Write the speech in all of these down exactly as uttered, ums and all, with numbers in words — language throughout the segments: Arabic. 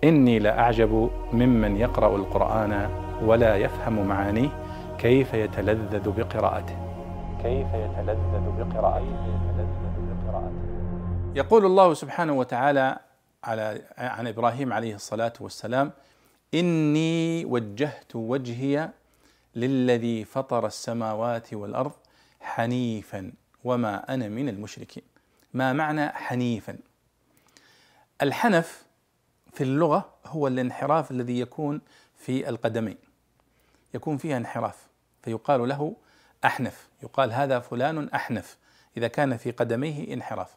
إني لأعجب ممن يقرأ القرآن ولا يفهم معانيه كيف يتلذذ بقراءته كيف يتلذذ بقراءته يقول الله سبحانه وتعالى على عن إبراهيم عليه الصلاة والسلام: إني وجهت وجهي للذي فطر السماوات والأرض حنيفا وما أنا من المشركين. ما معنى حنيفا؟ الحنف في اللغة هو الانحراف الذي يكون في القدمين، يكون فيها انحراف فيقال له أحنف، يقال هذا فلان أحنف إذا كان في قدميه انحراف.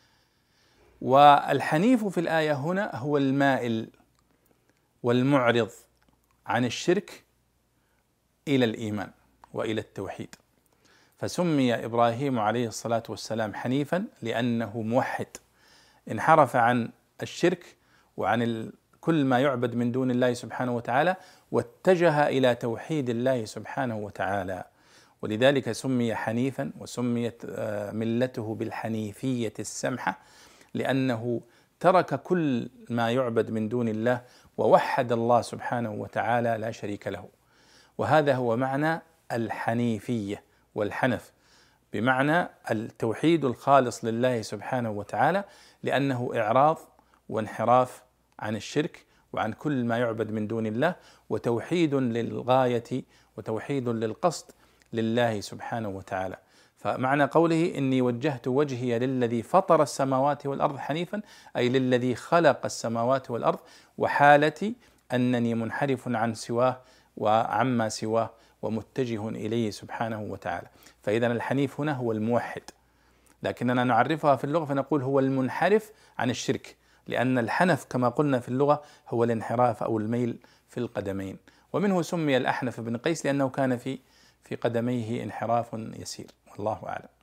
والحنيف في الآية هنا هو المائل والمعرض عن الشرك إلى الإيمان وإلى التوحيد، فسمي إبراهيم عليه الصلاة والسلام حنيفا لأنه موحد، انحرف عن الشرك وعن كل ما يعبد من دون الله سبحانه وتعالى واتجه إلى توحيد الله سبحانه وتعالى، ولذلك سمي حنيفا وسميت ملته بالحنيفية السمحة، لأنه ترك كل ما يعبد من دون الله ووحد الله سبحانه وتعالى لا شريك له. وهذا هو معنى الحنيفية والحنف، بمعنى التوحيد الخالص لله سبحانه وتعالى، لأنه إعراض وانحراف عن الشرك وعن كل ما يعبد من دون الله، وتوحيد للغاية وتوحيد للقصد لله سبحانه وتعالى. فمعنى قوله إني وجهت وجهي للذي فطر السماوات والأرض حنيفا، أي للذي خلق السماوات والأرض، وحالتي أنني منحرف عن سواه وعما سواه ومتجه إليه سبحانه وتعالى. فإذا الحنيف هنا هو الموحد، لكننا نعرفها في اللغة فنقول هو المنحرف عن الشرك، لأن الحنف كما قلنا في اللغة هو الانحراف أو الميل في القدمين، ومنه سمي الأحنف بن قيس لأنه كان في في قدميه انحراف يسير، والله أعلم.